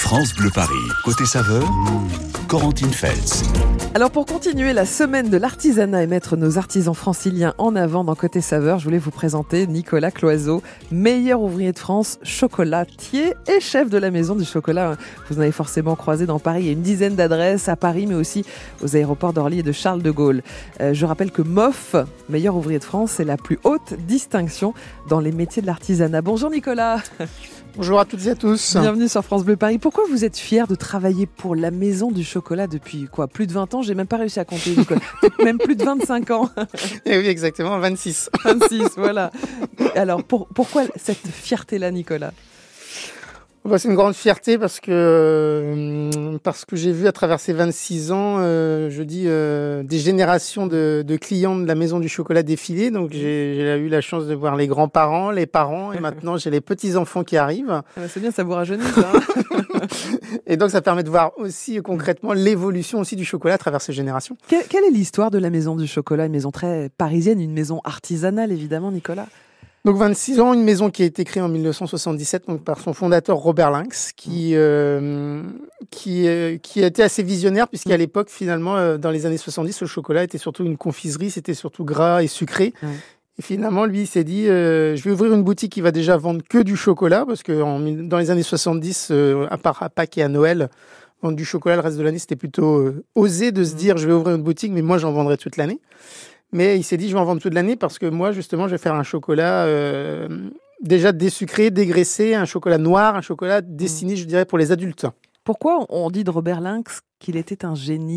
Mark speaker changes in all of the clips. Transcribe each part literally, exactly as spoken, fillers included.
Speaker 1: France Bleu Paris. Côté saveur, mmh, Corentine Feltz.
Speaker 2: Alors pour continuer la semaine de l'artisanat et mettre nos artisans franciliens en avant dans Côté saveur, je voulais vous présenter Nicolas Cloizeau, meilleur ouvrier de France, chocolatier et chef de la maison du chocolat. Vous en avez forcément croisé dans Paris. Il y a une dizaine d'adresses à Paris, mais aussi aux aéroports d'Orly et de Charles de Gaulle. Euh, je rappelle que M O F, meilleur ouvrier de France, c'est la plus haute distinction dans les métiers de l'artisanat. Bonjour Nicolas.
Speaker 3: Bonjour à toutes et à tous.
Speaker 2: Bienvenue sur France Bleu Paris. Pourquoi vous êtes fier de travailler pour la maison du chocolat depuis quoi, plus de vingt ans? J'ai même pas réussi à compter, Nicolas. Même plus de vingt-cinq ans.
Speaker 3: Et oui, exactement, vingt-six.
Speaker 2: vingt-six, voilà. Alors, pour, pourquoi cette fierté-là, Nicolas?
Speaker 3: Bah, c'est une grande fierté parce que, euh, parce que j'ai vu à travers ces vingt-six ans, euh, je dis, euh, des générations de, de clients de la maison du chocolat défiler. Donc, j'ai, j'ai eu la chance de voir les grands-parents, les parents, et maintenant, j'ai les petits-enfants qui arrivent.
Speaker 2: C'est bien, ça vous rajeunit, ça. Hein.
Speaker 3: Et donc, ça permet de voir aussi concrètement l'évolution aussi du chocolat à travers ces générations.
Speaker 2: Quelle, quelle est l'histoire de la maison du chocolat? Une maison très parisienne, une maison artisanale, évidemment, Nicolas.
Speaker 3: Donc vingt-six ans, une maison qui a été créée en mille neuf cent soixante-dix-sept donc par son fondateur Robert Lynx, qui euh, qui euh, qui a été assez visionnaire puisqu'à l'époque finalement euh, dans les années soixante-dix le chocolat était surtout une confiserie, c'était surtout gras et sucré. Mmh. Et finalement lui il s'est dit euh, je vais ouvrir une boutique qui va déjà vendre que du chocolat parce que en, dans les années soixante-dix euh, à part à Pâques et à Noël vendre du chocolat le reste de l'année c'était plutôt euh, osé de se dire je vais ouvrir une boutique mais moi j'en vendrai toute l'année. Mais il s'est dit, je vais en vendre toute l'année parce que moi, justement, je vais faire un chocolat euh, déjà désucré, dégraissé, un chocolat noir, un chocolat destiné, je dirais, pour les adultes.
Speaker 2: Pourquoi on dit de Robert Lynx qu'il était un génie ?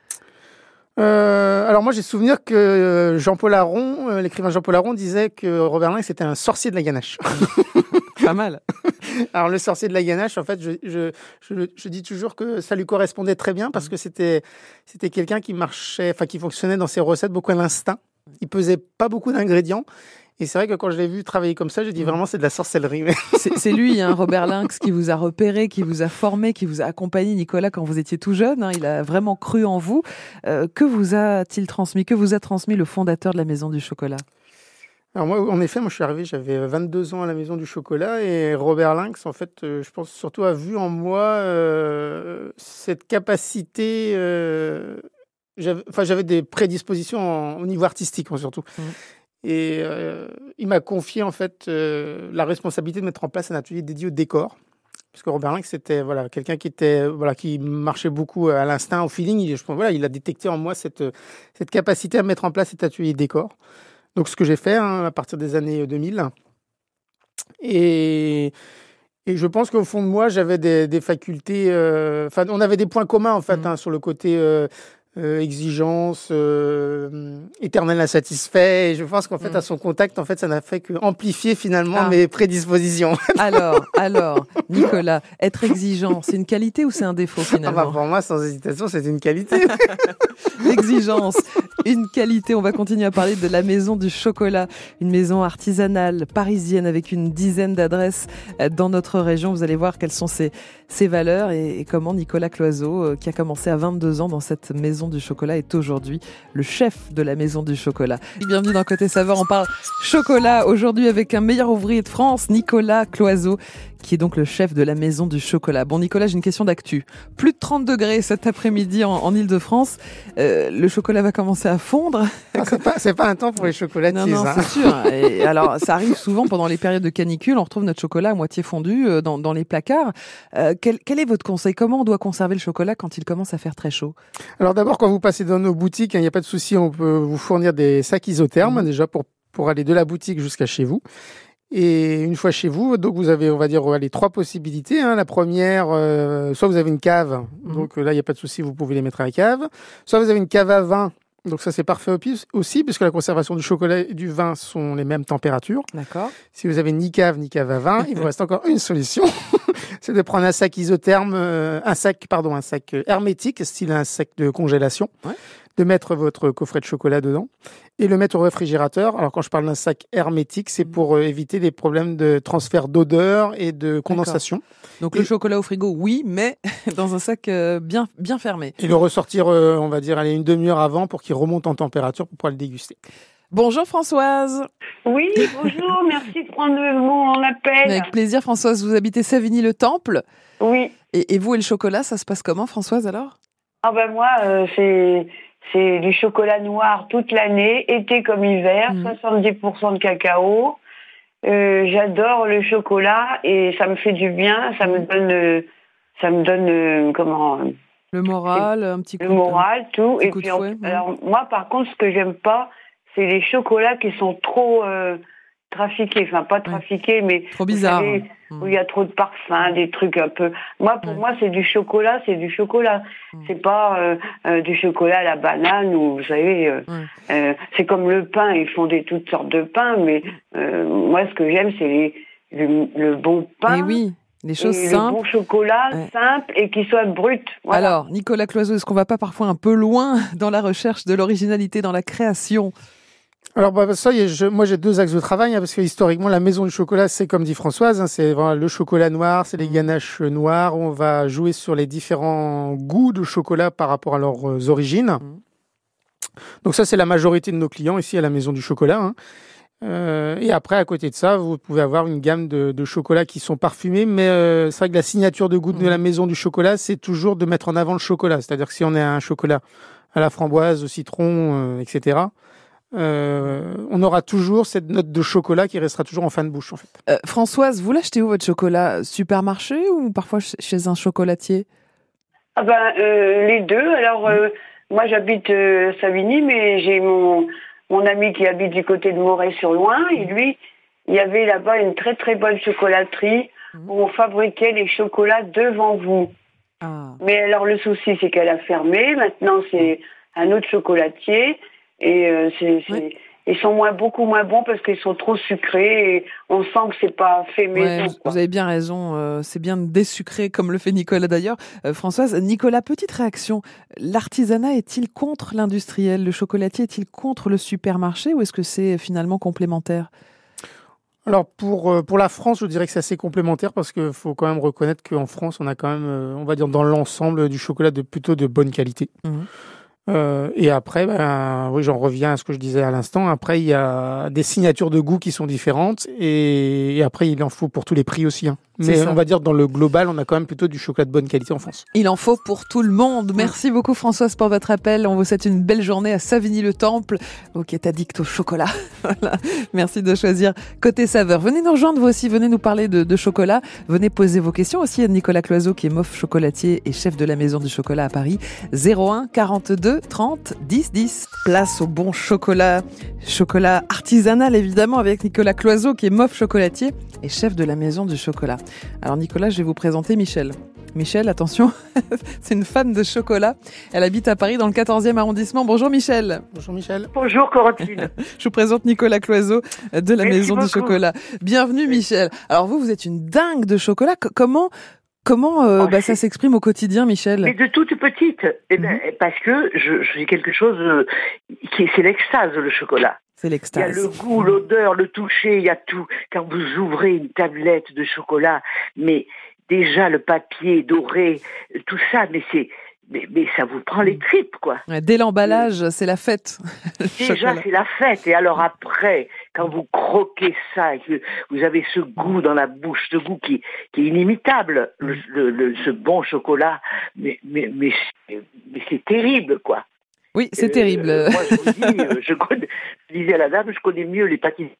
Speaker 3: euh, Alors moi, j'ai souvenir que Jean-Paul Aron, euh, l'écrivain Jean-Paul Aron, disait que Robert Lynx était un sorcier de la ganache.
Speaker 2: Pas mal.
Speaker 3: Alors le sorcier de la ganache, en fait, je, je, je, je dis toujours que ça lui correspondait très bien parce que c'était, c'était quelqu'un qui marchait, enfin qui fonctionnait dans ses recettes beaucoup à l'instinct. Il pesait pas beaucoup d'ingrédients. Et c'est vrai que quand je l'ai vu travailler comme ça, j'ai dit vraiment c'est de la sorcellerie.
Speaker 2: C'est, c'est lui, hein, Robert Lynx, qui vous a repéré, qui vous a formé, qui vous a accompagné, Nicolas, quand vous étiez tout jeune. Hein, il a vraiment cru en vous. Euh, que vous a-t-il transmis? Que vous a transmis le fondateur de la Maison du Chocolat?
Speaker 3: Alors moi, en effet, moi je suis arrivé, j'avais vingt-deux ans à la Maison du Chocolat et Robert Lynx, en fait, euh, je pense surtout a vu en moi euh, cette capacité. Euh, j'avais, enfin, j'avais des prédispositions en, au niveau artistique, hein, surtout. Mmh. Et euh, il m'a confié en fait euh, la responsabilité de mettre en place un atelier dédié au décor. Parce que Robert Lynx, c'était voilà, quelqu'un qui, était, voilà, qui marchait beaucoup à l'instinct, au feeling. Je pense, voilà, il a détecté en moi cette, cette capacité à mettre en place cet atelier décor. Donc, ce que j'ai fait hein, à partir des années deux mille. Et, et je pense qu'au fond de moi, j'avais des, des facultés... Enfin, euh, on avait des points communs, en fait, mmh. hein, sur le côté... Euh, Euh, exigence, euh, éternel insatisfait. Et je pense qu'en fait, mmh. à son contact, en fait, ça n'a fait que amplifier finalement ah. mes prédispositions.
Speaker 2: Alors, alors, Nicolas, être exigeant, c'est une qualité ou c'est un défaut finalement?
Speaker 3: Ah bah pour moi, sans hésitation, c'est une qualité.
Speaker 2: L'exigence, une qualité. On va continuer à parler de la Maison du Chocolat, une maison artisanale parisienne avec une dizaine d'adresses dans notre région. Vous allez voir quelles sont ses, ses valeurs et, et comment Nicolas Cloizeau, qui a commencé à vingt-deux ans dans cette maison du chocolat, est aujourd'hui le chef de la Maison du Chocolat. Bienvenue dans Côté Saveur, on parle chocolat aujourd'hui avec un meilleur ouvrier de France, Nicolas Cloizeau, qui est donc le chef de la Maison du Chocolat. Bon Nicolas, j'ai une question d'actu. Plus de trente degrés cet après-midi en, en Ile-de-France. Euh, le chocolat va commencer à fondre.
Speaker 3: Ah, c'est pas, c'est pas un temps pour les chocolatiers.
Speaker 2: Non, non,
Speaker 3: hein.
Speaker 2: c'est sûr. Et alors, ça arrive souvent pendant les périodes de canicule. On retrouve notre chocolat à moitié fondu euh, dans, dans les placards. Euh, quel, quel est votre conseil? Comment on doit conserver le chocolat quand il commence à faire très chaud?
Speaker 3: Alors d'abord, quand vous passez dans nos boutiques, il hein, n'y a pas de souci, on peut vous fournir des sacs isothermes mmh. déjà pour, pour aller de la boutique jusqu'à chez vous. Et une fois chez vous, donc vous avez, on va dire, les trois possibilités. Hein. La première, euh, soit vous avez une cave, mmh. donc là, il n'y a pas de souci, vous pouvez les mettre à la cave. Soit vous avez une cave à vin, donc ça, c'est parfait aussi, puisque la conservation du chocolat et du vin sont les mêmes températures.
Speaker 2: D'accord.
Speaker 3: Si vous avez ni cave, ni cave à vin, il vous reste encore une solution. C'est de prendre un sac isotherme, euh, un sac, pardon, un sac hermétique, style un sac de congélation. Ouais. De mettre votre coffret de chocolat dedans et le mettre au réfrigérateur. Alors, quand je parle d'un sac hermétique, c'est pour euh, éviter les problèmes de transfert d'odeur et de condensation.
Speaker 2: D'accord. Donc,
Speaker 3: et...
Speaker 2: le chocolat au frigo, oui, mais dans un sac euh, bien, bien fermé.
Speaker 3: Et le ressortir, euh, on va dire, allez, une demi-heure avant pour qu'il remonte en température pour pouvoir le déguster.
Speaker 2: Bonjour Françoise.
Speaker 4: Oui, bonjour, merci de prendre mon appel.
Speaker 2: Avec plaisir Françoise, vous habitez Savigny-le-Temple.
Speaker 4: Oui.
Speaker 2: Et, et vous et le chocolat, ça se passe comment, Françoise, alors?
Speaker 4: Ah ben moi, euh, c'est c'est du chocolat noir toute l'année, été comme hiver, mmh. soixante-dix pour cent de cacao. Euh, j'adore le chocolat et ça me fait du bien, ça me donne, euh, ça me donne euh, comment
Speaker 2: le moral, un petit coup
Speaker 4: le moral,
Speaker 2: de,
Speaker 4: tout. Et
Speaker 2: coup
Speaker 4: puis
Speaker 2: de fouet,
Speaker 4: on, alors moi, par contre, ce que j'aime pas, c'est les chocolats qui sont trop euh, trafiqués, enfin pas trafiqués, ouais. mais
Speaker 2: trop bizarre.
Speaker 4: Savez, mmh. où il y a trop de parfums, des trucs un peu. Moi, pour ouais. moi, c'est du chocolat, c'est du chocolat. Mmh. C'est pas euh, euh, du chocolat à la banane ou vous savez, euh, ouais. euh, c'est comme le pain. Ils font des toutes sortes de pains, mais euh, moi, ce que j'aime, c'est les, le, le bon pain.
Speaker 2: Et oui. Les choses
Speaker 4: et
Speaker 2: simples.
Speaker 4: Le bon chocolat, ouais. simple et qui soit brut. Voilà.
Speaker 2: Alors, Nicolas Cloizeau, est-ce qu'on va pas parfois un peu loin dans la recherche de l'originalité, dans la création?
Speaker 3: Alors, bah, ça, je, moi, j'ai deux axes de travail, hein, parce que historiquement, la maison du chocolat, c'est comme dit Françoise, hein, c'est vraiment le chocolat noir, c'est les ganaches noires. On va jouer sur les différents goûts de chocolat par rapport à leurs origines. Mmh. Donc ça, c'est la majorité de nos clients ici à la maison du chocolat, hein. Euh, et après, à côté de ça, vous pouvez avoir une gamme de, de chocolats qui sont parfumés, mais euh, c'est vrai que la signature de goût mmh. de la maison du chocolat, c'est toujours de mettre en avant le chocolat. C'est-à-dire que si on a un chocolat à la framboise, au citron, euh, et cetera, euh, on aura toujours cette note de chocolat qui restera toujours en fin de bouche, en fait.
Speaker 2: Euh, Françoise, vous l'achetez où votre chocolat? Supermarché ou parfois chez un chocolatier?
Speaker 4: Ah ben, euh, les deux. Alors, euh, mmh. moi, j'habite euh, Savigny, mais j'ai mon... Mon ami qui habite du côté de Moret-sur-Loing, et lui, il y avait là-bas une très très bonne chocolaterie où on fabriquait les chocolats devant vous. Ah. Mais alors le souci, c'est qu'elle a fermé. Maintenant, c'est un autre chocolatier et euh, c'est, c'est... Ouais. Ils sont moins, beaucoup moins bons parce qu'ils sont trop sucrés et on sent que c'est pas fait maison.
Speaker 2: Ouais, vous avez bien raison, euh, c'est bien de désucrer comme le fait Nicolas d'ailleurs. Euh, Françoise, Nicolas, petite réaction. L'artisanat est-il contre l'industriel? Le chocolatier est-il contre le supermarché ou est-ce que c'est finalement complémentaire?
Speaker 3: Alors pour, pour la France, je dirais que c'est assez complémentaire parce qu'il faut quand même reconnaître qu'en France, on a quand même, on va dire dans l'ensemble, du chocolat de plutôt de bonne qualité. Mmh. Euh, et après, ben, oui, j'en reviens à ce que je disais à l'instant. Après, il y a des signatures de goût qui sont différentes et, et après, il en faut pour tous les prix aussi, hein. Mais on va dire dans le global, on a quand même plutôt du chocolat de bonne qualité en France.
Speaker 2: Il en faut pour tout le monde. Merci beaucoup Françoise pour votre appel. On vous souhaite une belle journée à Savigny-le-Temple, vous qui êtes addict au chocolat. Voilà. Merci de choisir Côté Saveur. Venez nous rejoindre vous aussi, venez nous parler de, de chocolat. Venez poser vos questions aussi à Nicolas Cloizeau qui est mof chocolatier et chef de la Maison du Chocolat à Paris. zéro un quarante-deux trente dix dix. Place au bon chocolat. Chocolat artisanal évidemment avec Nicolas Cloizeau qui est mof chocolatier et chef de la Maison du Chocolat. Alors Nicolas, je vais vous présenter Michel. Michel, attention, c'est une fan de chocolat. Elle habite à Paris dans le quatorzième arrondissement. Bonjour Michel.
Speaker 3: Bonjour Michel.
Speaker 4: Bonjour Corentine.
Speaker 2: Je vous présente Nicolas Cloizeau de la
Speaker 4: Merci
Speaker 2: Maison
Speaker 4: beaucoup.
Speaker 2: du Chocolat. Bienvenue Michel. Alors vous, vous êtes une dingue de chocolat. C- comment comment euh, oh, bah, ça s'exprime au quotidien, Michel?
Speaker 5: Mais de toute petite. Eh ben, mmh. Parce que je, je fais quelque chose euh, qui c'est l'extase, le chocolat.
Speaker 2: C'est l'extase.
Speaker 5: Il y a le goût, l'odeur, le toucher, il y a tout. Quand vous ouvrez une tablette de chocolat, mais déjà le papier doré, tout ça, mais c'est, mais, mais ça vous prend les tripes, quoi.
Speaker 2: Ouais, dès l'emballage, euh, c'est la fête.
Speaker 5: Déjà, chocolat. C'est la fête. Et alors après, quand vous croquez ça, et que vous avez ce goût dans la bouche, ce goût qui, qui est inimitable, le, le, le, ce bon chocolat, mais, mais, mais, mais c'est terrible, quoi.
Speaker 2: Oui, c'est euh, terrible.
Speaker 5: Moi, je vous dis, je, connais, je disais à la dame, je connais mieux les pâtisseries.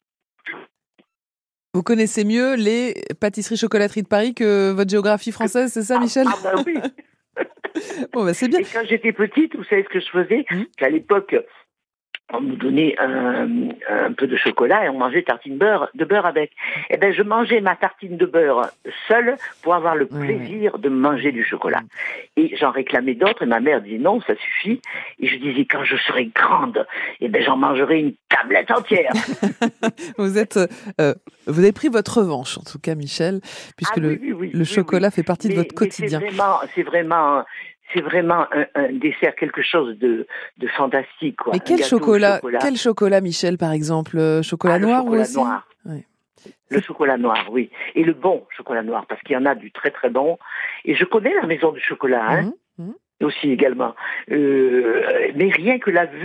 Speaker 2: Vous connaissez mieux les pâtisseries-chocolateries de Paris que votre géographie française, c'est ça, Michel?
Speaker 5: Ah, ah bah oui.
Speaker 2: Bon, bah c'est bien.
Speaker 5: Et quand j'étais petite, vous savez ce que je faisais? Mmh. Qu'à l'époque, on nous donnait un, un peu de chocolat et on mangeait tartine beurre, de beurre avec. Eh ben, je mangeais ma tartine de beurre seule pour avoir le plaisir mmh. de manger du chocolat. Et j'en réclamais d'autres et ma mère disait non, ça suffit. Et je disais quand je serai grande, eh ben, j'en mangerai une tablette entière.
Speaker 2: Vous êtes, euh, vous avez pris votre revanche, en tout cas, Michel, puisque ah, le, oui, oui, oui, le chocolat oui, oui. fait partie mais, de votre quotidien.
Speaker 5: C'est vraiment, c'est vraiment, c'est vraiment un, un dessert, quelque chose de, de fantastique, quoi.
Speaker 2: Mais quel chocolat, chocolat, quel chocolat, Michel, par exemple, chocolat ah, noir
Speaker 5: chocolat
Speaker 2: aussi
Speaker 5: noir. Oui. Le chocolat noir, oui. Et le bon chocolat noir, parce qu'il y en a du très très bon. Et je connais la Maison du Chocolat, hein, mmh, mmh. aussi également. Euh, mais rien que la vue,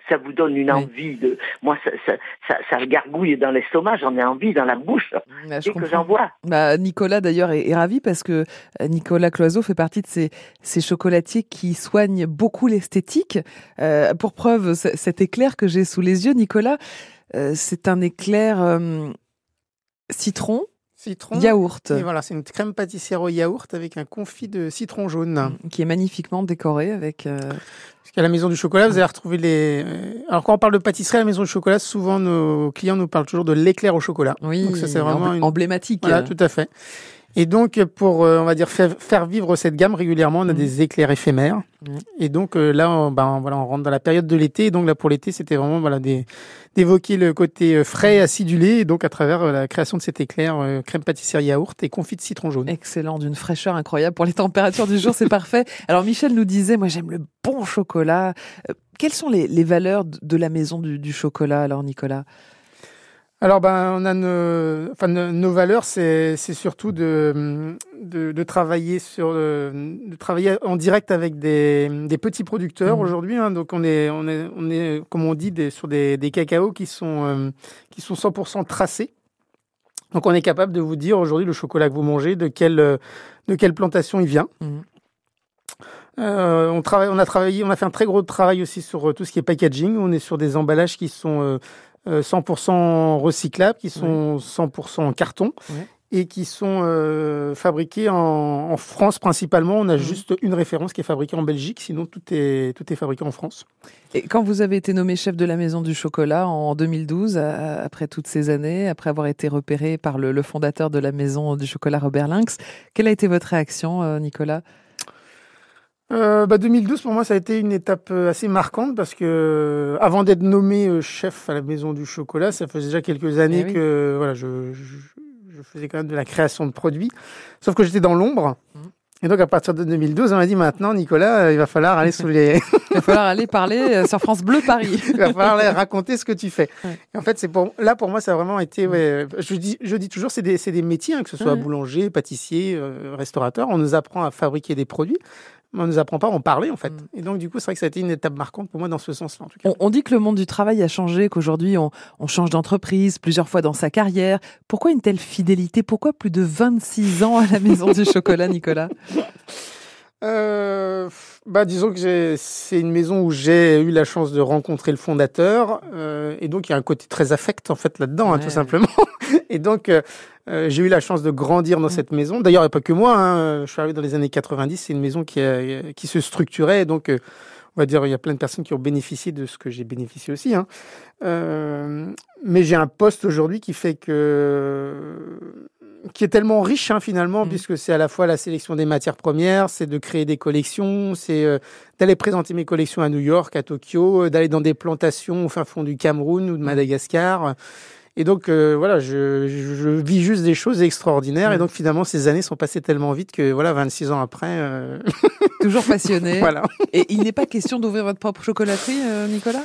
Speaker 5: ça vous donne une
Speaker 2: oui.
Speaker 5: envie de... Moi, ça, ça, ça, ça gargouille dans l'estomac, j'en ai envie dans la bouche,
Speaker 2: Bah,
Speaker 5: dès que j'en vois.
Speaker 2: Bah, Nicolas, d'ailleurs, est, est ravi parce que Nicolas Cloizeau fait partie de ces, ces chocolatiers qui soignent beaucoup l'esthétique. Euh, pour preuve, c- cet éclair que j'ai sous les yeux, Nicolas, euh, c'est un éclair euh, citron,
Speaker 3: Citron.
Speaker 2: yaourt,
Speaker 3: Et voilà, c'est une crème pâtissière au yaourt avec un confit de citron jaune.
Speaker 2: qui est magnifiquement décoré avec... euh,
Speaker 3: Parce qu'à la Maison du Chocolat, vous allez retrouver les... euh, Alors, quand on parle de pâtisserie à la Maison du Chocolat, souvent nos clients nous parlent toujours de l'éclair au chocolat.
Speaker 2: Oui,
Speaker 3: Donc ça, c'est vraiment
Speaker 2: embl-
Speaker 3: une...
Speaker 2: emblématique.
Speaker 3: Voilà, tout à fait. Et donc, pour, euh, on va dire, faire, faire vivre cette gamme régulièrement, on a
Speaker 2: Mmh.
Speaker 3: des éclairs éphémères.
Speaker 2: Mmh.
Speaker 3: Et donc, euh, là, on, ben, voilà, on rentre dans la période de l'été. Et donc, là, pour l'été, c'était vraiment voilà, des, d'évoquer le côté euh, frais et acidulé. Et donc, à travers euh, la création de cet éclair euh, crème pâtissière yaourt et confit de citron jaune.
Speaker 2: Excellent, d'une fraîcheur incroyable. Pour les températures du jour, c'est parfait. Alors, Michel nous disait, moi, j'aime le bon chocolat. Euh, quelles sont les, les valeurs de de la maison du, du chocolat, alors, Nicolas?
Speaker 3: Alors, ben, on a nos, enfin, nos, nos valeurs, c'est, c'est surtout de, de, de travailler sur, euh, de travailler en direct avec des, des petits producteurs
Speaker 2: Mmh.
Speaker 3: aujourd'hui. Hein. Donc, on est, on est, on est, comme on dit, des, sur des, des cacaos qui sont, euh, qui sont cent pour cent tracés. Donc, on est capable de vous dire aujourd'hui le chocolat que vous mangez, de quelle, euh, de quelle plantation il vient.
Speaker 2: Mmh.
Speaker 3: Euh, on travaille, on a travaillé, on a fait un très gros travail aussi sur euh, tout ce qui est packaging. On est sur des emballages qui sont euh, euh, cent pour cent recyclables, qui sont cent pour cent en carton
Speaker 2: Ouais.
Speaker 3: et qui sont euh, fabriqués en, en France principalement. On a
Speaker 2: Mhm.
Speaker 3: juste une référence qui est fabriquée en Belgique, sinon tout est tout est fabriqué en France.
Speaker 2: Et quand vous avez été nommé chef de la Maison du Chocolat en deux mille douze, à- après toutes ces années, après avoir été repéré par le, le fondateur de la Maison du Chocolat, Robert Lynx, quelle a été votre réaction, euh, Nicolas?
Speaker 3: Euh, bah deux mille douze pour moi ça a été une étape euh, assez marquante parce que euh, avant d'être nommé euh, chef à la Maison du Chocolat, ça faisait déjà quelques années
Speaker 2: Eh oui.
Speaker 3: que voilà je, je je faisais quand même de la création de produits, sauf que j'étais dans l'ombre.
Speaker 2: Mhm.
Speaker 3: Et donc à partir de deux mille douze, on m'a dit maintenant Nicolas, euh, il va falloir aller sous les
Speaker 2: Il va falloir aller parler euh, sur France Bleu Paris.
Speaker 3: il va falloir aller raconter ce que tu fais.
Speaker 2: Ouais.
Speaker 3: Et en fait, c'est pour là pour moi ça a vraiment été ouais, je dis je dis toujours c'est des c'est des métiers hein, que ce soit
Speaker 2: Ouais.
Speaker 3: boulanger, pâtissier, euh, restaurateur, on nous apprend à fabriquer des produits. Mais on nous apprend pas à en parler en fait.
Speaker 2: Mm.
Speaker 3: Et donc du coup, c'est vrai que ça a été une étape marquante pour moi dans ce sens-là en tout cas.
Speaker 2: On, on dit que le monde du travail a changé, qu'aujourd'hui on, on change d'entreprise plusieurs fois dans sa carrière. Pourquoi une telle fidélité? Pourquoi plus de vingt-six ans à la Maison du Chocolat, Nicolas?
Speaker 3: Euh, bah disons que j'ai- c'est une maison où j'ai eu la chance de rencontrer le fondateur euh, et donc il y a un côté très affect en fait là-dedans hein,
Speaker 2: Ouais.
Speaker 3: tout simplement. Et donc euh, euh, j'ai eu la chance de grandir dans
Speaker 2: Mm.
Speaker 3: cette maison. D'ailleurs, il n'y a pas que moi. Hein, je suis arrivé dans les années quatre-vingt-dix. C'est une maison qui, a- qui se structurait. Et donc, euh, on va dire, il y a plein de personnes qui ont bénéficié de ce que j'ai bénéficié aussi. Hein. Euh, mais j'ai un poste aujourd'hui qui fait que qui est tellement riche hein, finalement,
Speaker 2: Mm.
Speaker 3: puisque c'est à la fois la sélection des matières premières, c'est de créer des collections, c'est euh, d'aller présenter mes collections à New York, à Tokyo, euh, d'aller dans des plantations au fin fond du Cameroun ou de Madagascar. Et donc euh, voilà, je, je, je vis juste des choses extraordinaires.
Speaker 2: Mm.
Speaker 3: Et donc finalement, ces années sont passées tellement vite que voilà, vingt-six ans après, euh,
Speaker 2: Toujours passionné.
Speaker 3: voilà.
Speaker 2: Et il n'est pas question d'ouvrir votre propre chocolaterie, euh, Nicolas?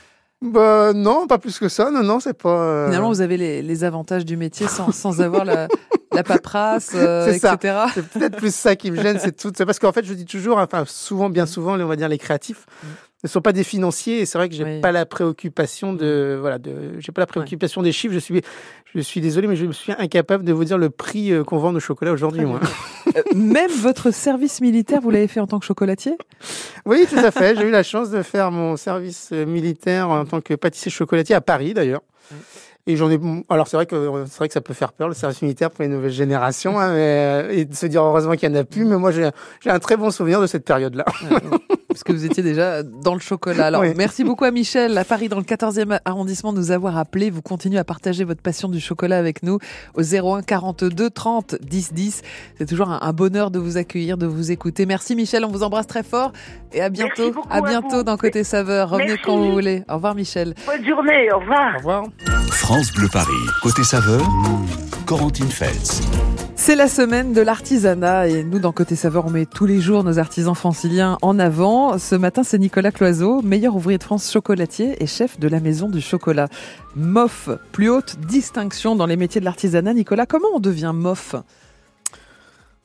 Speaker 3: Bah non, pas plus que ça. Non, non, c'est pas. euh,
Speaker 2: Finalement, vous avez les, les avantages du métier sans, sans avoir la, la paperasse, euh,
Speaker 3: C'est ça.
Speaker 2: et cetera.
Speaker 3: C'est peut-être plus ça qui me gêne, c'est tout. C'est parce qu'en fait, je dis toujours, enfin souvent, bien souvent, on va dire les créatifs
Speaker 2: Mm.
Speaker 3: ne sont pas des financiers. Et c'est vrai que j'ai
Speaker 2: Oui.
Speaker 3: pas la préoccupation de, voilà, de, j'ai pas la préoccupation des chiffres. Je suis, je suis désolé, mais je suis incapable de vous dire le prix euh, qu'on vend nos chocolats aujourd'hui, moi.
Speaker 2: Euh, même votre service militaire, vous l'avez fait en tant que chocolatier?
Speaker 3: Oui, tout à fait. J'ai eu la chance de faire mon service euh, militaire en tant que pâtissier chocolatier à Paris, d'ailleurs.
Speaker 2: Mm.
Speaker 3: Et j'en ai. Alors c'est vrai que c'est vrai que ça peut faire peur le service militaire pour les nouvelles générations, hein, mais, euh, et de se dire heureusement qu'il y en a plus. Mais moi j'ai j'ai un très bon souvenir de cette période-là.
Speaker 2: Ouais, ouais. Parce que vous étiez déjà dans le chocolat. Alors,
Speaker 3: Oui.
Speaker 2: merci beaucoup à Michel, à Paris, dans le quatorzième arrondissement, de nous avoir appelés. Vous continuez à partager votre passion du chocolat avec nous au zéro un quarante-deux trente dix dix. C'est toujours un, un bonheur de vous accueillir, de vous écouter. Merci Michel, on vous embrasse très fort et à bientôt.
Speaker 5: Merci beaucoup
Speaker 2: à
Speaker 5: à
Speaker 2: bientôt
Speaker 5: vous.
Speaker 2: dans Côté Saveur. Revenez
Speaker 5: Merci.
Speaker 2: quand vous voulez. Au revoir Michel.
Speaker 5: Bonne journée, au revoir.
Speaker 3: Au revoir.
Speaker 1: France Bleu Paris. Côté saveur, Corentine Feltz.
Speaker 2: C'est la semaine de l'artisanat et nous, dans Côté Saveur, on met tous les jours nos artisans franciliens en avant. Ce matin, c'est Nicolas Cloizeau, meilleur ouvrier de France chocolatier et chef de la Maison du Chocolat. M O F, plus haute distinction dans les métiers de l'artisanat. Nicolas, comment on devient M O F?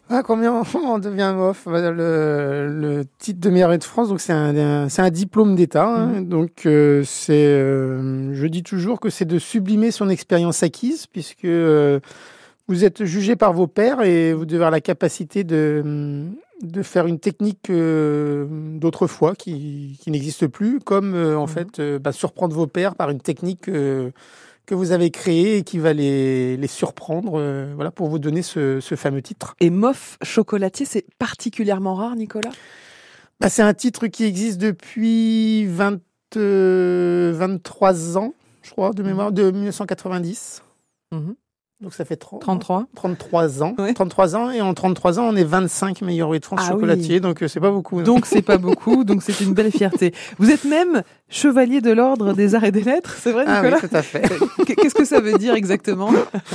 Speaker 3: Ah, combien on devient M O F? Le, le titre de meilleur de France, donc c'est un, un, c'est un diplôme d'État. Hein, mmh. Donc euh, c'est, euh, je dis toujours que c'est de sublimer son expérience acquise, puisque euh, vous êtes jugé par vos pairs et vous devez avoir la capacité de, de faire une technique euh, d'autrefois qui, qui n'existe plus, comme euh, en mmh. fait euh, bah, surprendre vos pairs par une technique euh, que vous avez créé et qui va les, les surprendre euh, voilà, pour vous donner ce, ce fameux titre.
Speaker 2: Et M O F chocolatier, c'est particulièrement rare, Nicolas ?
Speaker 3: Bah, c'est un titre qui existe depuis vingt, euh, vingt-trois ans, je crois, de mémoire, de dix-neuf cent quatre-vingt-dix. Mmh. Donc ça fait trente,
Speaker 2: trente-trois
Speaker 3: trente-trois ans.
Speaker 2: Ouais.
Speaker 3: trente-trois ans, et en trente-trois ans, on est vingt-cinq meilleurs ouvriers de France ah chocolatiers, oui. donc euh, c'est pas beaucoup. Non.
Speaker 2: Donc c'est pas beaucoup, donc c'est une belle fierté. Vous êtes même chevalier de l'ordre des arts et des lettres, c'est vrai, Nicolas ?
Speaker 3: Ah oui, tout à fait.
Speaker 2: Qu'est-ce que ça veut dire exactement ?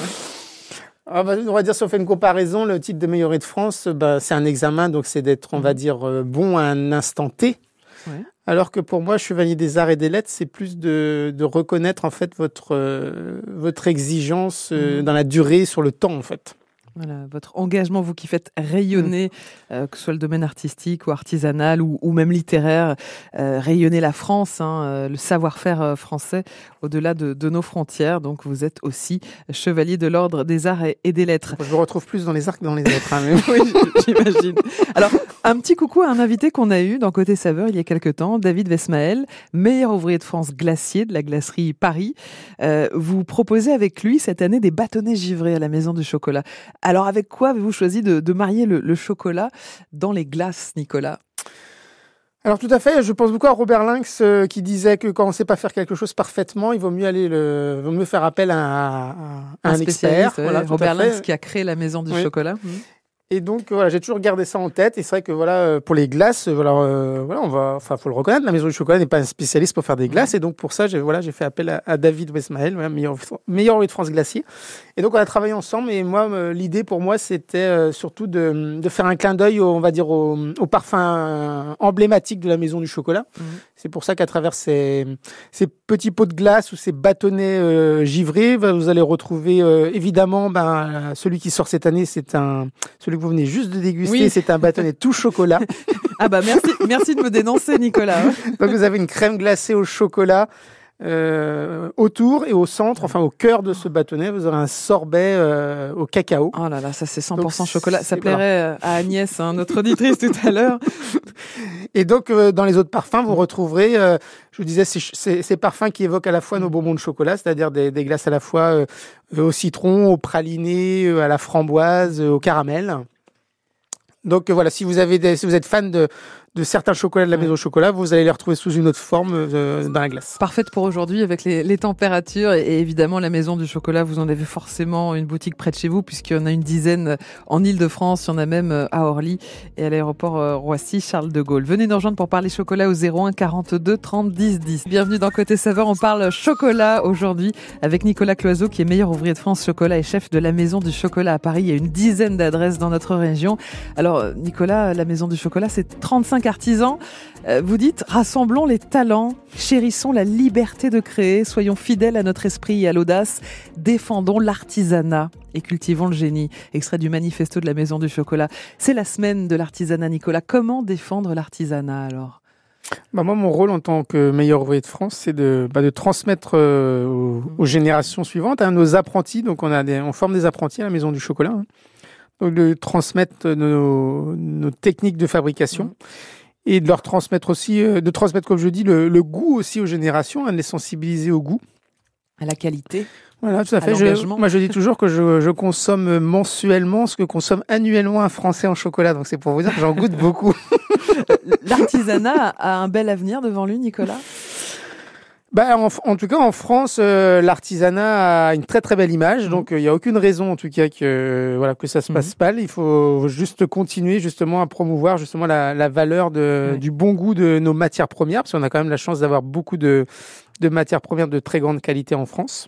Speaker 3: Ah bah, on va dire, si on fait une comparaison, le titre de meilleur ouvrier de France, bah, c'est un examen, donc c'est d'être, on va dire, euh, bon à un instant T. Ouais. Alors que pour moi, chevalier des arts et des lettres, c'est plus de, de reconnaître en fait votre, euh, votre exigence euh, mmh. dans la durée, sur le temps en fait.
Speaker 2: Voilà, votre engagement, vous qui faites rayonner, mmh. euh, que ce soit le domaine artistique ou artisanal ou, ou même littéraire, euh, rayonner la France, hein, euh, le savoir-faire euh, français au-delà de, de nos frontières. Donc vous êtes aussi chevalier de l'ordre des arts et, et des lettres.
Speaker 3: Je me retrouve plus dans les arts que dans les lettres. Hein, mais...
Speaker 2: oui, j'imagine. Alors, un petit coucou à un invité qu'on a eu dans Côté Saveur il y a quelques temps, David Wesmael, meilleur ouvrier de France glacier de la glacerie Paris. Euh, vous proposez avec lui cette année des bâtonnets givrés à la Maison du Chocolat. Alors, avec quoi avez-vous choisi de, de marier le, le chocolat dans les glaces, Nicolas ?
Speaker 3: Alors tout à fait, je pense beaucoup à Robert Lynx euh, qui disait que quand on ne sait pas faire quelque chose parfaitement, il vaut mieux aller le, vaut mieux faire appel à, à, à un, un expert.
Speaker 2: Ouais,
Speaker 3: voilà,
Speaker 2: Robert Lynx qui a créé la Maison du oui. Chocolat. Mmh.
Speaker 3: Et donc voilà, j'ai toujours gardé ça en tête. Et c'est vrai que voilà, pour les glaces, voilà, euh, voilà, on va, enfin, faut le reconnaître, la Maison du Chocolat n'est pas un spécialiste pour faire des glaces. Et donc pour ça, j'ai voilà, j'ai fait appel à, à David Wesmael, voilà, meilleur meilleur ouvrier de France glacier. Et donc on a travaillé ensemble. Et moi, euh, l'idée pour moi, c'était euh, surtout de, de faire un clin d'œil, au, on va dire, au, au parfum emblématique de la Maison du Chocolat. Mmh. C'est pour ça qu'à travers ces, ces petits pots de glace ou ces bâtonnets euh, givrés, vous allez retrouver euh, évidemment ben, celui qui sort cette année, c'est un celui que vous venez juste de déguster, oui. c'est un bâtonnet tout chocolat.
Speaker 2: Ah bah merci, merci de me dénoncer, Nicolas.
Speaker 3: Donc vous avez une crème glacée au chocolat euh, autour, et au centre, enfin au cœur de ce bâtonnet, vous aurez un sorbet euh, au cacao.
Speaker 2: Oh là là, ça c'est cent pour cent donc, chocolat. Ça plairait voilà. à Agnès, hein, notre auditrice tout à l'heure.
Speaker 3: Et donc euh, dans les autres parfums, vous retrouverez, euh, je vous disais, ces, ces, ces parfums qui évoquent à la fois nos bonbons de chocolat, c'est-à-dire des, des glaces à la fois euh, au citron, au praliné, euh, à la framboise, euh, au caramel. Donc euh, voilà, si vous avez des, si vous êtes fan de de certains chocolats de la Maison au Chocolat, vous allez les retrouver sous une autre forme euh, dans la glace.
Speaker 2: Parfaite pour aujourd'hui avec les, les températures et, et évidemment la Maison du Chocolat, vous en avez forcément une boutique près de chez vous puisqu'il y en a une dizaine en Île-de-France, il y en a même à Orly et à l'aéroport Roissy Charles de Gaulle. Venez nous rejoindre pour parler chocolat au zéro un quarante-deux trente dix dix. Bienvenue dans Côté Saveur, on parle chocolat aujourd'hui avec Nicolas Cloizeau qui est meilleur ouvrier de France chocolat et chef de la Maison du Chocolat à Paris. Il y a une dizaine d'adresses dans notre région. Alors Nicolas, la Maison du Chocolat, c'est trente-cinq artisans. Vous dites, rassemblons les talents, chérissons la liberté de créer, soyons fidèles à notre esprit et à l'audace, défendons l'artisanat et cultivons le génie. Extrait du manifesto de la Maison du Chocolat. C'est la semaine de l'artisanat, Nicolas. Comment défendre l'artisanat alors ?
Speaker 3: Bah moi, mon rôle en tant que meilleur ouvrier de France, c'est de, bah, de transmettre euh, aux, aux générations suivantes, à hein, nos apprentis. Donc on, a des, on forme des apprentis à la Maison du Chocolat. Hein. Donc de transmettre nos, nos techniques de fabrication. Mmh. Et de leur transmettre aussi, de transmettre, comme je dis, le, le goût aussi aux générations, hein, de les sensibiliser au goût.
Speaker 2: À la qualité.
Speaker 3: Voilà, tout à, à fait. Je, moi, je dis toujours que je, je consomme mensuellement ce que consomme annuellement un Français en chocolat. Donc, c'est pour vous dire que j'en goûte beaucoup.
Speaker 2: L'artisanat a un bel avenir devant lui, Nicolas ?
Speaker 3: Bah, en, en tout cas, en France, euh, l'artisanat a une très très belle image, mmh. donc il euh, n'y a aucune raison en tout cas que euh, voilà que ça se passe mmh. mal. Il faut juste continuer justement à promouvoir justement la, la valeur de, mmh. du bon goût de nos matières premières, parce qu'on a quand même la chance d'avoir beaucoup de, de matières premières de très grande qualité en France.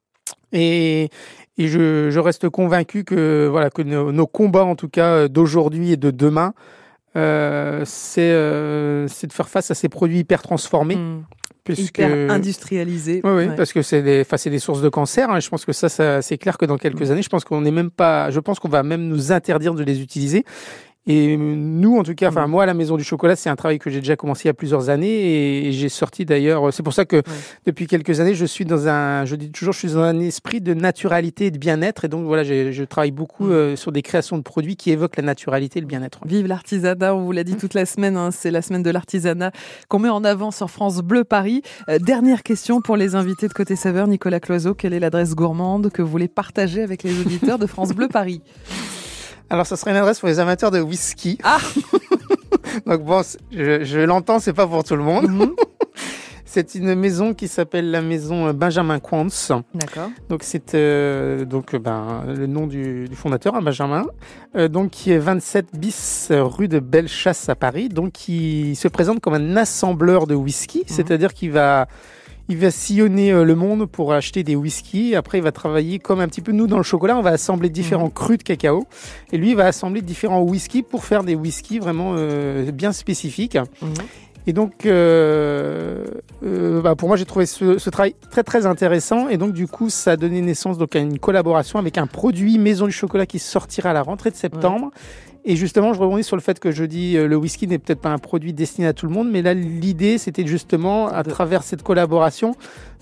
Speaker 3: Et, et je, je reste convaincu que voilà que nos, nos combats en tout cas d'aujourd'hui et de demain, euh, c'est, euh, c'est de faire face à ces produits hyper transformés. Mmh.
Speaker 2: hyper que... industrialisé.
Speaker 3: Oui, oui ouais. parce que c'est des, enfin, c'est des sources de cancer. Hein. Je pense que ça, ça, c'est clair que dans quelques années, je pense qu'on n'est même pas, je pense qu'on va même nous interdire de les utiliser. Et nous, en tout cas, enfin, mmh. moi, à la Maison du Chocolat, c'est un travail que j'ai déjà commencé il y a plusieurs années et j'ai sorti d'ailleurs, c'est pour ça que ouais. depuis quelques années, je suis dans un, je dis toujours, je suis dans un esprit de naturalité et de bien-être et donc voilà, j'ai, je travaille beaucoup mmh. euh, sur des créations de produits qui évoquent la naturalité et le bien-être.
Speaker 2: Vive l'artisanat, on vous l'a dit toute la semaine, hein, c'est la semaine de l'artisanat qu'on met en avant sur France Bleu Paris. Euh, dernière question pour les invités de Côté Saveur, Nicolas Cloizeau, quelle est l'adresse gourmande que vous voulez partager avec les auditeurs de France Bleu Paris?
Speaker 3: Alors, ça serait une adresse pour les amateurs de whisky.
Speaker 2: Ah
Speaker 3: Donc bon, je, je l'entends, c'est pas pour tout le monde. Mm-hmm. C'est une maison qui s'appelle la maison Benjamin Quantz.
Speaker 2: D'accord.
Speaker 3: Donc c'est euh, donc ben le nom du, du fondateur, hein, Benjamin. Euh, donc qui est vingt-sept bis rue de Bellechasse à Paris. Donc qui se présente comme un assembleur de whisky, mm-hmm. c'est-à-dire qu'il va Il va sillonner le monde pour acheter des whiskies. Après, il va travailler comme un petit peu nous dans le chocolat. On va assembler différents mmh. crus de cacao. Et lui, il va assembler différents whiskies pour faire des whiskies vraiment euh, bien spécifiques. Mmh. Et donc, euh, euh, bah pour moi, j'ai trouvé ce, ce travail très, très intéressant. Et donc, du coup, ça a donné naissance donc, à une collaboration avec un produit Maison du Chocolat qui sortira à la rentrée de septembre. Ouais. Et justement, je rebondis sur le fait que je dis euh, le whisky n'est peut-être pas un produit destiné à tout le monde, mais là, l'idée, c'était justement, à travers cette collaboration,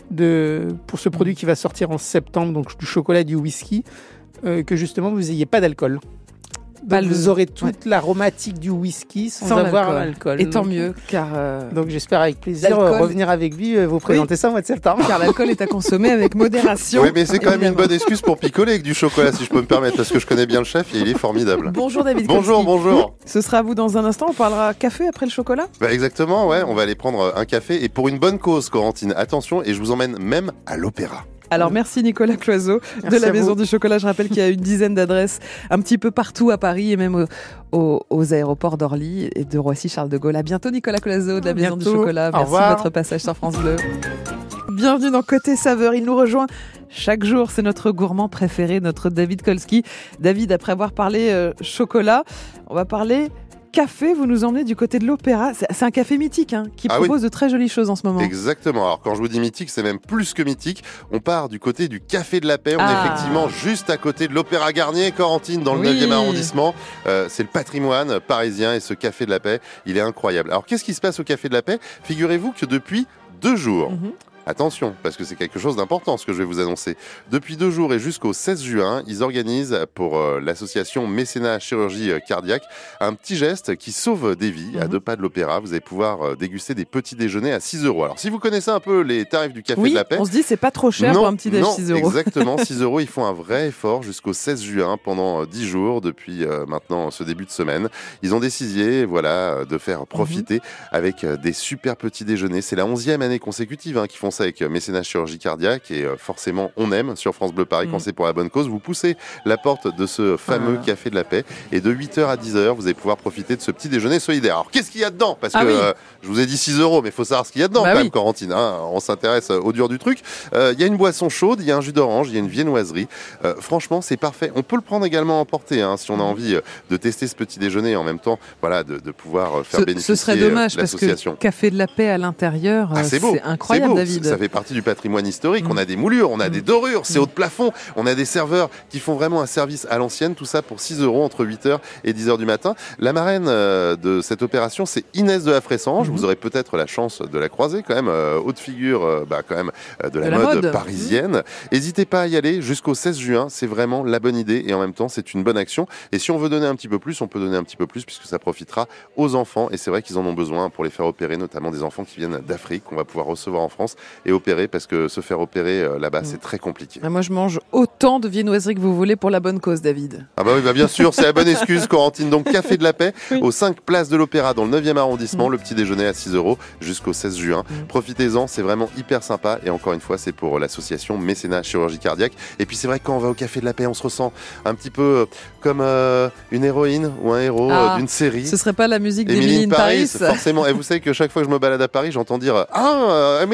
Speaker 3: de, pour ce produit qui va sortir en septembre, donc du chocolat et du whisky, euh, que justement, vous n'ayez pas d'alcool. Donc, le... vous aurez toute ouais. l'aromatique du whisky sans, sans avoir l'alcool.
Speaker 2: Et tant
Speaker 3: donc,
Speaker 2: mieux, car... Euh...
Speaker 3: Donc j'espère avec plaisir revenir avec lui, vous présenter oui. ça au mois de septembre.
Speaker 2: Car l'alcool est à consommer avec modération.
Speaker 6: Oui, mais c'est quand même une bonne excuse pour picoler avec du chocolat, si je peux me permettre, parce que je connais bien le chef et il est formidable.
Speaker 2: Bonjour David
Speaker 6: Bonjour,
Speaker 2: Kolski.
Speaker 6: bonjour.
Speaker 2: Ce sera à vous dans un instant, on parlera café après le chocolat.
Speaker 6: Bah exactement, ouais, on va aller prendre un café et pour une bonne cause, Corentine. Attention, et je vous emmène même à l'opéra.
Speaker 2: Alors merci Nicolas Cloizeau de la Maison du Chocolat. Je rappelle qu'il y a une dizaine d'adresses un petit peu partout à Paris et même au, au, aux aéroports d'Orly et de Roissy-Charles de Gaulle. À bientôt Nicolas Cloizeau de la Maison du Chocolat. Merci de votre passage sur France Bleu. Bienvenue dans Côté Saveur. Il nous rejoint chaque jour. C'est notre gourmand préféré, notre David Kolski. David, après avoir parlé euh, chocolat, on va parler... café, vous nous emmenez du côté de l'Opéra. C'est un café mythique hein, qui ah propose oui. de très jolies choses en ce moment.
Speaker 6: Exactement. Alors quand je vous dis mythique, c'est même plus que mythique. On part du côté du Café de la Paix. On ah. est effectivement juste à côté de l'Opéra Garnier, Corentine, dans le oui. neuvième arrondissement. Euh, c'est le patrimoine parisien et ce Café de la Paix, il est incroyable. Alors qu'est-ce qui se passe au Café de la Paix ? Figurez-vous que depuis deux jours... Mm-hmm. Attention, parce que c'est quelque chose d'important ce que je vais vous annoncer. Depuis deux jours et jusqu'au seize juin, ils organisent pour euh, l'association Mécénat Chirurgie Cardiaque un petit geste qui sauve des vies. Mmh. À deux pas de l'Opéra, vous allez pouvoir euh, déguster des petits déjeuners à six euros. Alors si vous connaissez un peu les tarifs du Café
Speaker 2: oui,
Speaker 6: de la Paix...
Speaker 2: on se dit c'est pas trop cher
Speaker 6: non,
Speaker 2: pour un petit déj six euros.
Speaker 6: Exactement, six euros, ils font un vrai effort jusqu'au seize juin pendant dix jours depuis euh, maintenant ce début de semaine. Ils ont décidé voilà, de faire profiter mmh. avec euh, des super petits déjeuners. C'est la onzième année consécutive hein, qu'ils font ça avec Mécénat Chirurgie Cardiaque et euh, forcément on aime sur France Bleu Paris mmh. quand c'est pour la bonne cause. Vous poussez la porte de ce fameux ah. Café de la Paix et de huit heures à dix heures vous allez pouvoir profiter de ce petit déjeuner solidaire. Alors qu'est-ce qu'il y a dedans ? Parce ah que oui. euh, je vous ai dit six euros mais il faut savoir ce qu'il y a dedans bah quand oui. même Corentine. Hein, on s'intéresse au dur du truc. Il euh, y a une boisson chaude, il y a un jus d'orange, il y a une viennoiserie. Euh, franchement c'est parfait. On peut le prendre également à emporter hein, si on a envie de tester ce petit déjeuner et en même temps voilà, de, de pouvoir faire
Speaker 2: ce,
Speaker 6: bénéficier
Speaker 2: ce serait dommage
Speaker 6: l'association.
Speaker 2: Parce que Café de la Paix à l'intérieur ah, c'est, c'est incroyable
Speaker 6: c'est
Speaker 2: David.
Speaker 6: Ça fait partie du patrimoine historique. On a des moulures, on a des dorures, c'est haut de plafond, on a des serveurs qui font vraiment un service à l'ancienne, tout ça pour six euros entre huit heures et dix heures du matin. La marraine euh, de cette opération, c'est Inès de la Fressange. Mm-hmm. Vous aurez peut-être la chance de la croiser quand même, euh, haute figure euh, bah, quand même euh, de la, de la mode, mode parisienne. N'hésitez mm-hmm. pas à y aller jusqu'au seize juin, c'est vraiment la bonne idée et en même temps c'est une bonne action. Et si on veut donner un petit peu plus, on peut donner un petit peu plus puisque ça profitera aux enfants et c'est vrai qu'ils en ont besoin pour les faire opérer, notamment des enfants qui viennent d'Afrique qu'on va pouvoir recevoir en France et opérer parce que se faire opérer euh, là-bas c'est très compliqué.
Speaker 2: Moi je mange autant de viennoiseries que vous voulez pour la bonne cause David.
Speaker 6: Ah bah oui bah bien sûr c'est la bonne excuse Corentine. Donc Café de la Paix oui. aux cinq places de l'Opéra dans le neuvième arrondissement, mmh. le petit déjeuner à six euros jusqu'au seize juin. Mmh. Profitez-en, c'est vraiment hyper sympa et encore une fois c'est pour l'association Mécénat Chirurgie Cardiaque. Et puis c'est vrai que quand on va au Café de la Paix on se ressent un petit peu comme euh, une héroïne ou un héros ah, euh, d'une série.
Speaker 2: Ce serait pas la musique d'Emily in Paris,
Speaker 6: Paris forcément. Et vous savez que chaque fois que je me balade à Paris j'entends dire ah Emily in Paris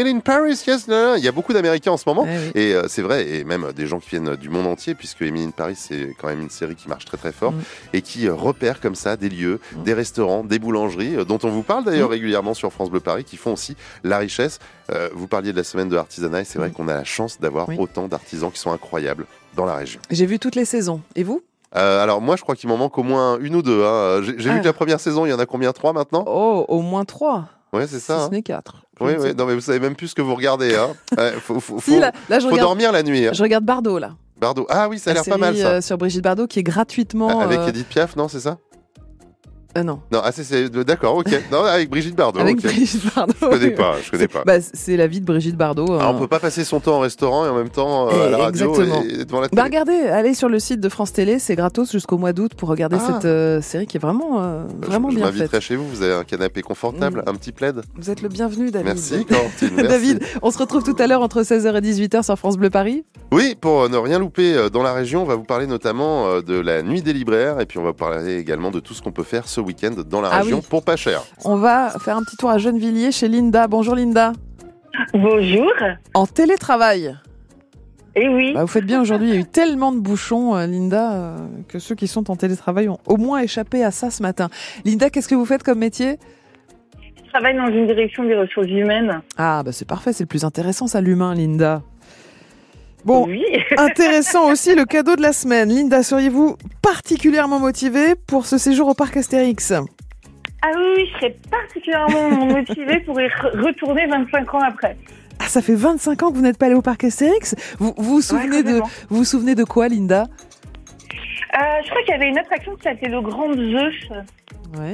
Speaker 6: Paris, yes, là, là. Il y a beaucoup d'Américains en ce moment.
Speaker 2: Eh oui.
Speaker 6: Et euh, c'est vrai, et même des gens qui viennent du monde entier, puisque Emily in Paris, c'est quand même une série qui marche très très fort, mm. et qui euh, repère comme ça des lieux, mm. des restaurants, des boulangeries, euh, dont on vous parle d'ailleurs mm. régulièrement sur France Bleu Paris, qui font aussi la richesse. Euh, vous parliez de la semaine de l'artisanat, et c'est vrai mm. qu'on a la chance d'avoir oui. autant d'artisans qui sont incroyables dans la région.
Speaker 2: J'ai vu toutes les saisons. Et vous ?
Speaker 6: Euh, alors moi je crois qu'il m'en manque au moins une ou deux. Hein. J'ai, j'ai ah. vu que la première saison, il y en a combien? Trois maintenant?
Speaker 2: Oh, au moins trois.
Speaker 6: Ouais, c'est ça.
Speaker 2: Si
Speaker 6: hein.
Speaker 2: ce n'est quatre.
Speaker 6: Oui, oui. Non, mais vous savez même plus ce que vous regardez. Hein. Ouais, faut, faut,
Speaker 2: si,
Speaker 6: faut,
Speaker 2: là, là, je
Speaker 6: faut
Speaker 2: regarde,
Speaker 6: dormir la nuit. Hein.
Speaker 2: Je regarde Bardot là.
Speaker 6: Bardot. Ah oui, ça a
Speaker 2: la
Speaker 6: l'air pas mal ça.
Speaker 2: Euh, sur Brigitte Bardot qui est gratuitement.
Speaker 6: Avec
Speaker 2: euh...
Speaker 6: Edith Piaf, non, c'est ça?
Speaker 2: Euh, non.
Speaker 6: Non, ah, c'est, c'est d'accord, ok. Non, avec Brigitte Bardot.
Speaker 2: Avec
Speaker 6: okay.
Speaker 2: Brigitte Bardot.
Speaker 6: Je connais pas, je connais
Speaker 2: c'est,
Speaker 6: pas.
Speaker 2: Bah, c'est la vie de Brigitte Bardot.
Speaker 6: Alors, on peut pas passer son temps au restaurant et en même temps euh, à la radio et, et devant la télé.
Speaker 2: Bah regardez, allez sur le site de France Télé, c'est gratos jusqu'au mois d'août pour regarder ah. cette euh, série qui est vraiment, euh, vraiment
Speaker 6: je,
Speaker 2: bien
Speaker 6: faite. Je m'inviterai
Speaker 2: faite.
Speaker 6: chez vous, vous avez un canapé confortable, mmh. un petit plaid.
Speaker 2: Vous êtes le bienvenu, David.
Speaker 6: Merci, Corentine. Merci.
Speaker 2: David, on se retrouve tout à l'heure entre seize heures et dix-huit heures sur France Bleu Paris.
Speaker 6: Oui, pour ne rien louper dans la région, on va vous parler notamment de la nuit des libraires et puis on va parler également de tout ce qu'on peut faire ce week-end dans la
Speaker 2: ah
Speaker 6: région
Speaker 2: oui.
Speaker 6: pour pas cher.
Speaker 2: On va faire un petit tour à Gennevilliers chez Linda. Bonjour Linda.
Speaker 7: Bonjour.
Speaker 2: En télétravail.
Speaker 7: Eh oui.
Speaker 2: Bah, vous faites bien aujourd'hui, il y a eu tellement de bouchons, euh, Linda, euh, que ceux qui sont en télétravail ont au moins échappé à ça ce matin. Linda, qu'est-ce que vous faites comme métier ?
Speaker 7: Je travaille dans une direction des ressources humaines.
Speaker 2: Ah, bah c'est parfait, c'est le plus intéressant ça, l'humain, Linda. Bon,
Speaker 7: oui.
Speaker 2: Intéressant aussi le cadeau de la semaine. Linda, seriez-vous particulièrement motivée pour ce séjour au parc Astérix ?
Speaker 7: Ah oui, oui, je serais particulièrement motivée pour y re- retourner vingt-cinq ans après.
Speaker 2: Ah, ça fait vingt-cinq ans que vous n'êtes pas allée au parc Astérix ? Vous vous, vous, souvenez, ouais, de, vous vous souvenez de quoi, Linda ?
Speaker 7: euh, Je crois qu'il y avait une attraction qui s'appelait le Grand Zeus.
Speaker 2: Ouais.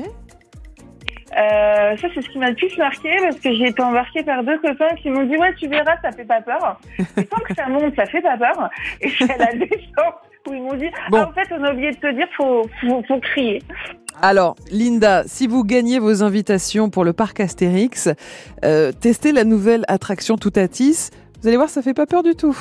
Speaker 7: Euh, ça, c'est ce qui m'a le plus marqué parce que j'ai été embarquée par deux copains qui m'ont dit « Ouais, tu verras, ça fait pas peur. » Et tant que ça monte, ça fait pas peur. Et c'est à la descente où ils m'ont dit bon. « Ah, en fait, on a oublié de te dire, faut, faut, faut crier. »
Speaker 2: Alors, Linda, si vous gagnez vos invitations pour le parc Astérix, euh, testez la nouvelle attraction Toutatis. Vous allez voir, ça fait pas peur du tout.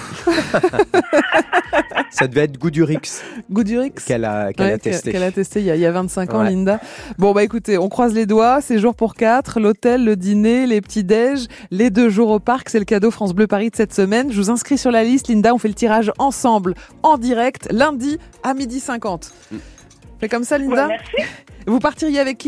Speaker 8: Ça devait être Goudurix.
Speaker 2: Goudurix
Speaker 8: qu'elle a, qu'elle
Speaker 2: ouais,
Speaker 8: a testé.
Speaker 2: Qu'elle a testé il y a, il y a vingt-cinq ans,
Speaker 8: ouais.
Speaker 2: Linda. Bon, bah écoutez, on croise les doigts. Séjour pour quatre, l'hôtel, le dîner, les petits-déj, les deux jours au parc. C'est le cadeau France Bleu Paris de cette semaine. Je vous inscris sur la liste, Linda. On fait le tirage ensemble, en direct, lundi à midi cinquante. Mm. Fait comme ça, Linda.
Speaker 7: Ouais, merci.
Speaker 2: Vous partiriez avec qui ?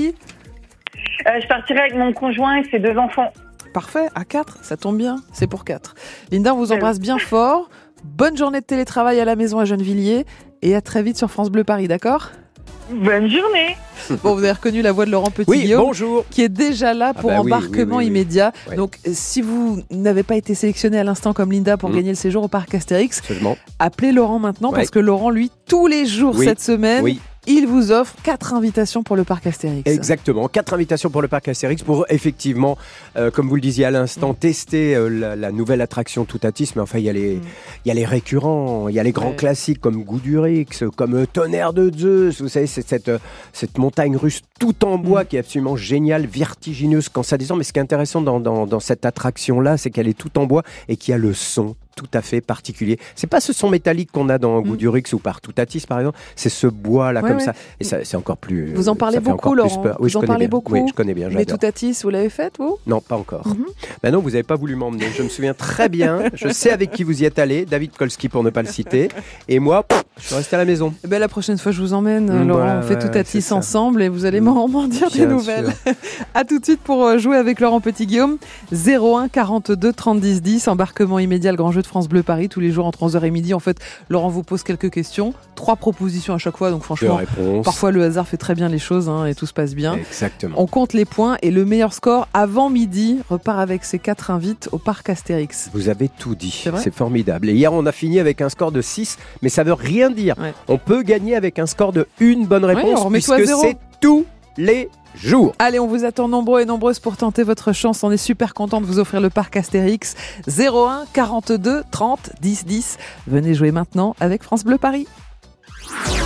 Speaker 7: euh, Je partirais avec mon conjoint et ses deux enfants.
Speaker 2: Parfait, à quatre, ça tombe bien, c'est pour quatre. Linda, on vous embrasse bien fort. Bonne journée de télétravail à la maison à Gennevilliers et à très vite sur France Bleu Paris, d'accord ?
Speaker 7: Bonne journée.
Speaker 2: Bon, vous avez reconnu la voix de Laurent Petit-Guillaume,
Speaker 8: oui, bonjour.
Speaker 2: Qui est déjà là pour
Speaker 8: ah bah
Speaker 2: embarquement
Speaker 8: oui, oui, oui,
Speaker 2: immédiat.
Speaker 8: oui. Ouais.
Speaker 2: Donc, si vous n'avez pas été sélectionné à l'instant comme Linda pour mmh. gagner le séjour au parc Astérix,
Speaker 8: Absolument.
Speaker 2: Appelez Laurent maintenant ouais. parce que Laurent, lui, tous les jours
Speaker 8: oui.
Speaker 2: cette semaine,
Speaker 8: oui.
Speaker 2: il vous offre quatre invitations pour le parc Astérix.
Speaker 8: Exactement, quatre invitations pour le parc Astérix pour effectivement, euh, comme vous le disiez à l'instant, mmh. tester euh, la, la nouvelle attraction Toutatis. Mais enfin, il y a les, mmh. il y a les récurrents, il y a les grands ouais. classiques comme Goudurix, comme euh, Tonnerre de Zeus. Vous savez, c'est cette, euh, cette montagne russe tout en bois mmh. qui est absolument géniale, vertigineuse quand ça descend. Mais ce qui est intéressant dans, dans, dans cette attraction-là, c'est qu'elle est tout en bois et qu'il y a le son tout à fait particulier. C'est pas ce son métallique qu'on a dans mmh. Goudurix ou par Toutatis par exemple, c'est ce bois là ouais, comme ouais. ça et ça c'est encore plus.
Speaker 2: Vous en parlez beaucoup, Laurent.
Speaker 8: Oui,
Speaker 2: vous en parlez beaucoup.
Speaker 8: Oui, je connais bien.
Speaker 2: Mais Toutatis, vous l'avez faite vous ?
Speaker 8: Non, pas encore. Mmh. Ben non, vous n'avez pas voulu m'emmener. Je me souviens très bien. Je sais avec qui vous y êtes allé, David Kolski pour ne pas le citer. Et moi, pff, je suis resté à la maison.
Speaker 2: Eh ben la prochaine fois, je vous emmène, mmh, Laurent. Voilà, on fait ouais, Toutatis ensemble et vous allez mmh. m'en dire bien des nouvelles. À tout de suite pour jouer avec Laurent Petit-Guillaume. zéro un quarante-deux trente dix dix, embarquement immédiat, le grand jeu de France Bleu Paris tous les jours entre onze heures et midi. En fait, Laurent vous pose quelques questions, trois propositions à chaque fois, donc franchement, parfois le hasard fait très bien les choses hein, et tout se passe bien.
Speaker 8: Exactement.
Speaker 2: On compte les points et le meilleur score avant midi repart avec ses quatre invites au parc Astérix.
Speaker 8: Vous avez tout dit, c'est, c'est formidable. Et hier, on a fini avec un score de six, mais ça veut rien dire. Ouais. On peut gagner avec un score de une bonne réponse, ouais, puisque c'est tous les jours.
Speaker 2: Allez, on vous attend nombreux et nombreuses pour tenter votre chance. On est super content de vous offrir le parc Astérix. zéro un quarante-deux trente dix dix. Venez jouer maintenant avec France Bleu Paris.